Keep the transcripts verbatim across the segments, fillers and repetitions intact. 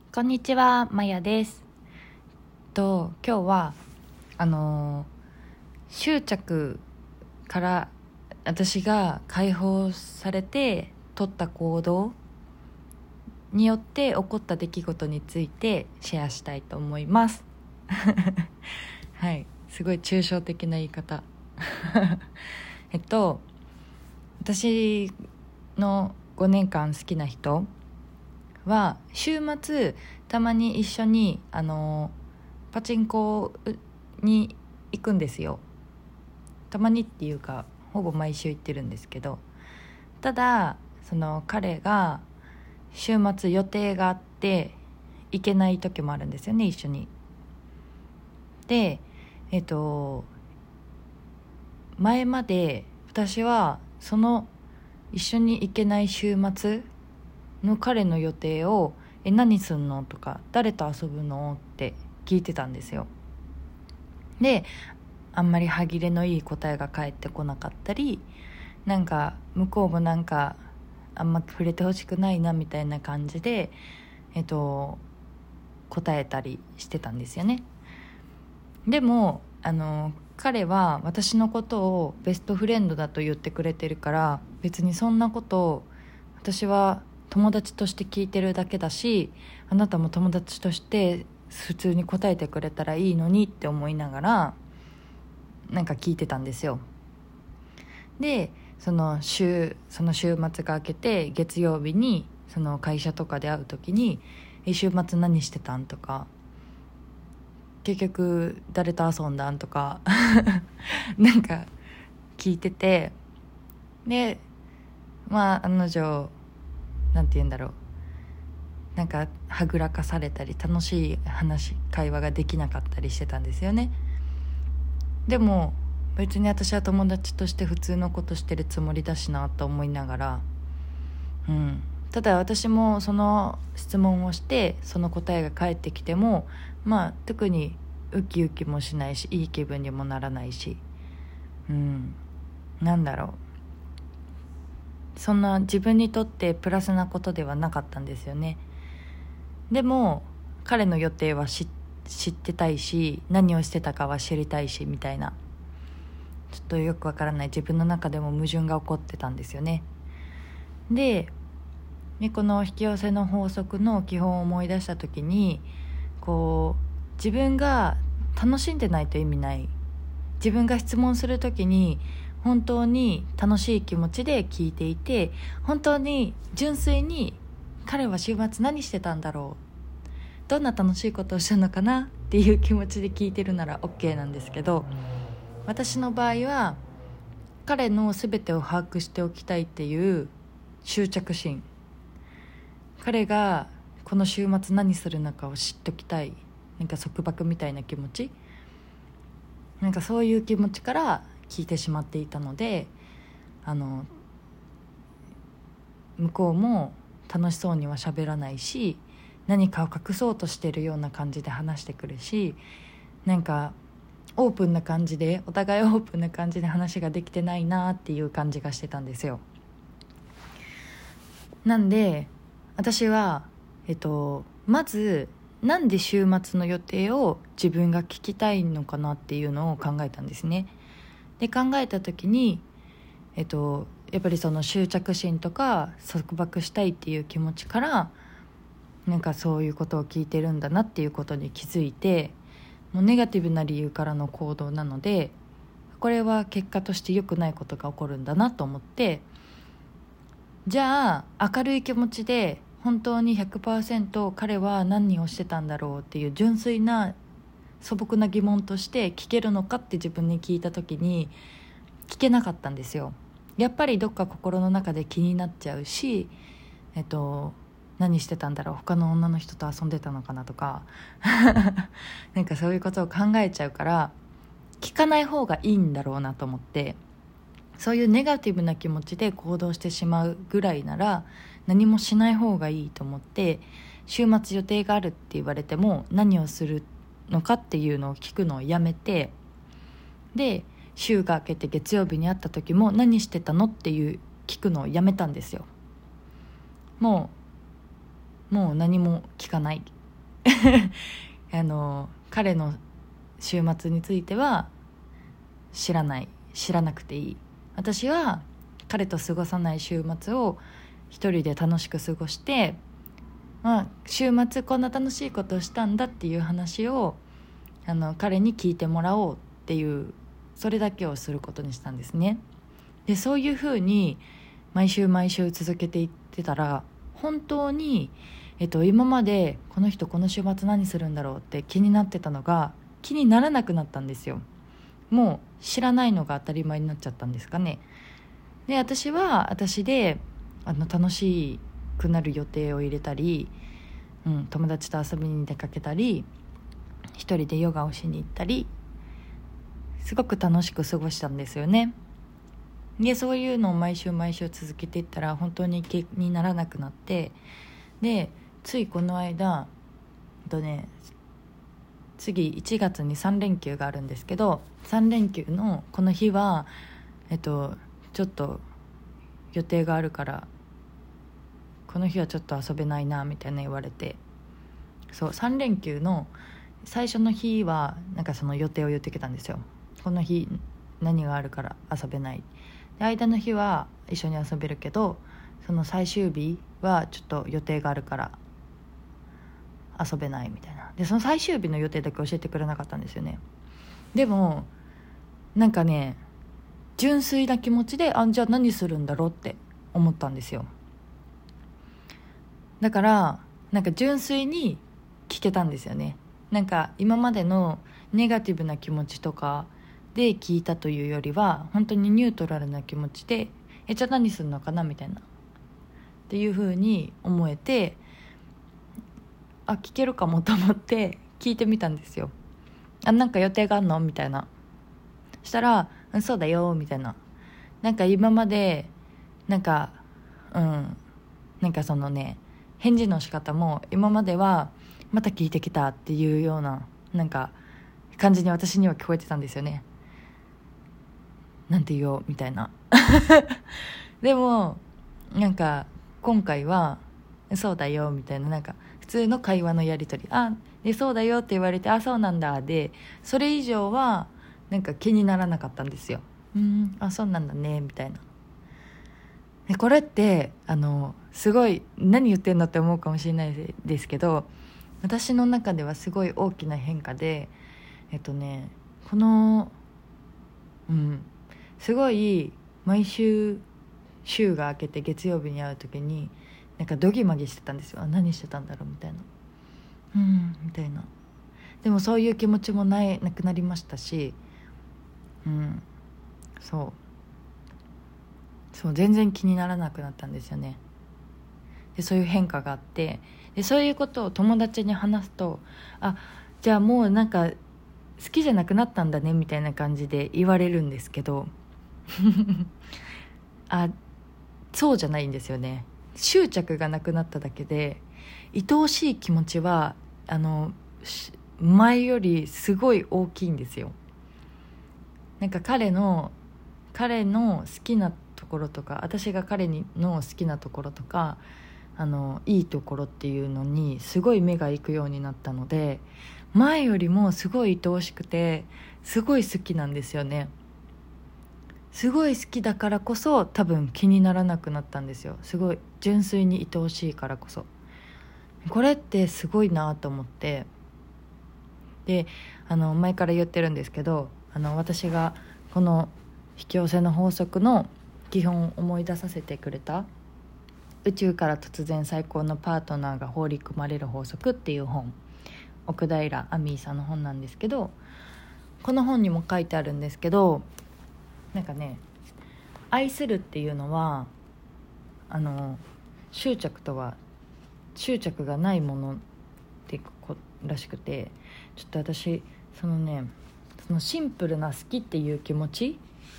こんにちは、まやです。と今日はあのー執着から私が解放されて取った行動によって起こった出来事についてシェアしたいと思いますはい、すごい抽象的な言い方えっと私のごねんかん好きな人は週末たまに一緒にあのパチンコに行くんですよ。たまにっていうかほぼ毎週行ってるんですけど、ただその彼が週末予定があって行けない時もあるんですよね、一緒に。でえっと前まで私はその一緒に行けない週末の彼の予定をえ何すんのとか誰と遊ぶのって聞いてたんですよ。であんまり歯切れのいい答えが返ってこなかったり、なんか向こうもなんかあんま触れてほしくないなみたいな感じでえっと答えたりしてたんですよね。でもあの彼は私のことをベストフレンドだと言ってくれてるから、別にそんなことを私は友達として聞いてるだけだし、あなたも友達として普通に答えてくれたらいいのにって思いながらなんか聞いてたんですよ。でその週その週末が明けて月曜日にその会社とかで会う時にえ週末何してたんとか、結局誰と遊んだんとかなんか聞いてて、でまあ案の定なんて言うんだろう、なんかはぐらかされたり楽しい話会話ができなかったりしてたんですよね。でも別に私は友達として普通のことしてるつもりだしなと思いながら、うん、ただ私もその質問をしてその答えが返ってきてもまあ特にウキウキもしないしいい気分にもならないし、うん、なんだろう、そんな自分にとってプラスなことではなかったんですよね。でも彼の予定は知ってたいし、何をしてたかは知りたいしみたいな、ちょっとよくわからない自分の中でも矛盾が起こってたんですよね。でこの引き寄せの法則の基本を思い出した時に、こう自分が楽しんでないと意味ない、自分が質問する時に本当に楽しい気持ちで聞いていて、本当に純粋に彼は週末何してたんだろう、どんな楽しいことをしたのかなっていう気持ちで聞いてるなら OK なんですけど、私の場合は彼の全てを把握しておきたいっていう執着心、彼がこの週末何するのかを知っときたい、なんか束縛みたいな気持ち、なんかそういう気持ちから聞いてしまっていたので、あの向こうも楽しそうには喋らないし、何かを隠そうとしてるような感じで話してくるし、なんかオープンな感じでお互いオープンな感じで話ができてないなっていう感じがしてたんですよ。なんで私はえっとまずなんで週末の予定を自分が聞きたいのかなっていうのを考えたんですね。で考えた時にえっとやっぱりその執着心とか束縛したいっていう気持ちからなんかそういうことを聞いてるんだなっていうことに気づいて、もうネガティブな理由からの行動なのでこれは結果として良くないことが起こるんだなと思って、じゃあ明るい気持ちで本当に ひゃくパーセント 彼は何をしてたんだろうっていう純粋な素朴な疑問として聞けるのかって自分に聞いた時に聞けなかったんですよ。やっぱりどっか心の中で気になっちゃうし、えっと何してたんだろう、他の女の人と遊んでたのかなとかなんかそういうことを考えちゃうから聞かない方がいいんだろうなと思って、そういうネガティブな気持ちで行動してしまうぐらいなら何もしない方がいいと思って、週末予定があるって言われても何をするのかっていうのを聞くのをやめて、で週が明けて月曜日に会った時も何してたのっていう聞くのをやめたんですよ。もうもう何も聞かない、 あの彼の週末については知らない知らなくていい。私は彼と過ごさない週末を一人で楽しく過ごして、まあ、週末こんな楽しいことをしたんだっていう話をあの彼に聞いてもらおうっていう、それだけをすることにしたんですね。でそういうふうに毎週毎週続けていってたら、本当に、えっと、今までこの人この週末何するんだろうって気になってたのが気にならなくなったんですよ。もう知らないのが当たり前になっちゃったんですかね。で私は私であの楽しくなる予定を入れたり、うん、友達と遊びに出かけたり、一人でヨガをしに行ったり、すごく楽しく過ごしたんですよね。でそういうのを毎週毎週続けていったら本当に気にならなくなって、でついこの間とね次いちがつにさん連休があるんですけど、さん連休のこの日はえっとちょっと予定があるからこの日はちょっと遊べないなみたいな言われて、そうさん連休の最初の日はなんかその予定を言ってきたんですよ。この日何があるから遊べないで、間の日は一緒に遊べるけどその最終日はちょっと予定があるから遊べないみたいな。でその最終日の予定だけ教えてくれなかったんですよね。でもなんかね純粋な気持ちで、あじゃあ何するんだろうって思ったんですよ。だからなんか純粋に聞けたんですよね。なんか今までのネガティブな気持ちとかで聞いたというよりは、本当にニュートラルな気持ちで、えじゃあ何するのかなみたいなっていう風に思えて、あ聞けるかもと思って聞いてみたんですよ。あなんか予定があんのみたいな。したらうんそうだよみたいな。なんか今までなんかうんなんかそのね返事の仕方も今まではまた聞いてきたっていうようななんか感じに私には聞こえてたんですよね。なんて言おうみたいなでもなんか今回はそうだよみたいな、なんか普通の会話のやり取り、あでそうだよって言われて、あそうなんだで、それ以上はなんか気にならなかったんですよ。うんあそうなんだねみたいな。でこれってあのすごい何言ってんのって思うかもしれないですけど、私の中ではすごい大きな変化で、えっとねこのうんすごい毎週週が明けて月曜日に会う時になんかドギマギしてたんですよ。あ何してたんだろうみたいな、うんみたいな。でもそういう気持ちもないなくなりましたし、うんそうそう全然気にならなくなったんですよね。でそういう変化があって、でそういうことを友達に話すと、あじゃあもうなんか好きじゃなくなったんだねみたいな感じで言われるんですけどあそうじゃないんですよね。執着がなくなっただけで、愛おしい気持ちはあの前よりすごい大きいんですよ。なんか彼の彼の好きなところとか、私が彼の好きなところとか、あのいいところっていうのにすごい目が行くようになったので、前よりもすごい愛おしくてすごい好きなんですよね。すごい好きだからこそ多分気にならなくなったんですよ。すごい純粋に愛おしいからこそ。これってすごいなと思って、であの前から言ってるんですけど、あの私がこの引き寄せの法則の基本を思い出させてくれた宇宙から突然最高のパートナーが放り込まれる法則っていう本、奥平アミーさんの本なんですけど、この本にも書いてあるんですけど、なんかね愛するっていうのはあの執着とは執着がないものってこらしくて、ちょっと私そのねそのシンプルな好きっていう気持ち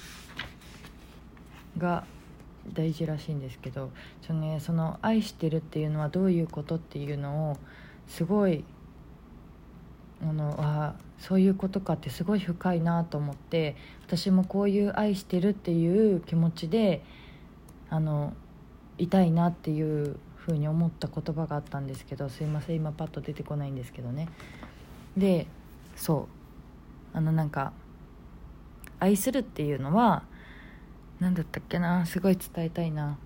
が大事らしいんですけど、ちょ、ね、その愛してるっていうのはどういうことっていうのをすごいあのあそういうことかってすごい深いなと思って、私もこういう愛してるっていう気持ちであのいたいなっていうふうに思った言葉があったんですけど、すいません今パッと出てこないんですけどね。でそうあのなんか愛するっていうのは何だったっけな、すごい伝えたいな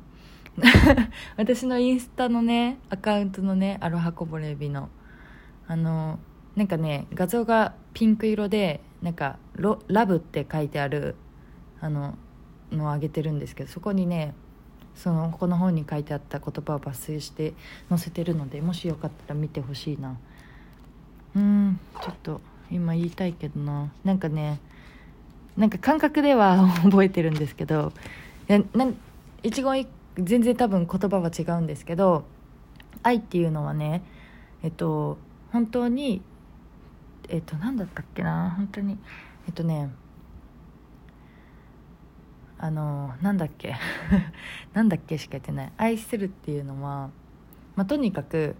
私のインスタのねアカウントのねアロハこぼれ日のあのなんかね画像がピンク色でなんかロラブって書いてあるあののをあげてるんですけど、そこにねそのこの本に書いてあった言葉を抜粋して載せてるので、もしよかったら見てほしいな。うーんちょっと今言いたいけどな、なんかねなんか感覚では覚えてるんですけど、いやなん一言一全然多分言葉は違うんですけど、愛っていうのはねえっと本当にえっと何だったっけな、本当にえっとねあのなんだっけなんだっけしか言ってない。愛するっていうのは、まあ、とにかく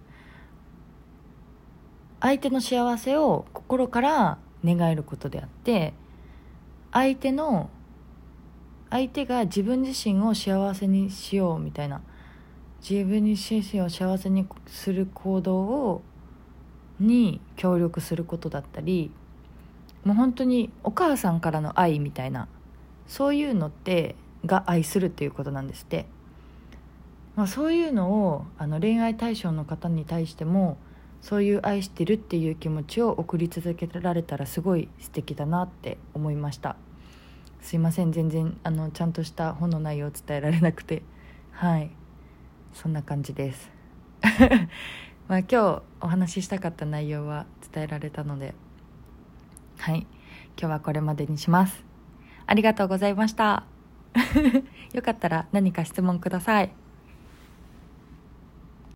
相手の幸せを心から願えることであって、相手の相手が自分自身を幸せにしようみたいな、自分自身を幸せにする行動をに協力することだったり、もう本当にお母さんからの愛みたいな、そういうのってが愛するっていうことなんですって。まあ、そういうのをあの恋愛対象の方に対してもそういう愛してるっていう気持ちを送り続けられたらすごい素敵だなって思いました。すいません全然あのちゃんとした本の内容を伝えられなくて、はいそんな感じですまあ今日お話ししたかった内容は伝えられたので、はい今日はこれまでにします。ありがとうございましたよかったら何か質問ください。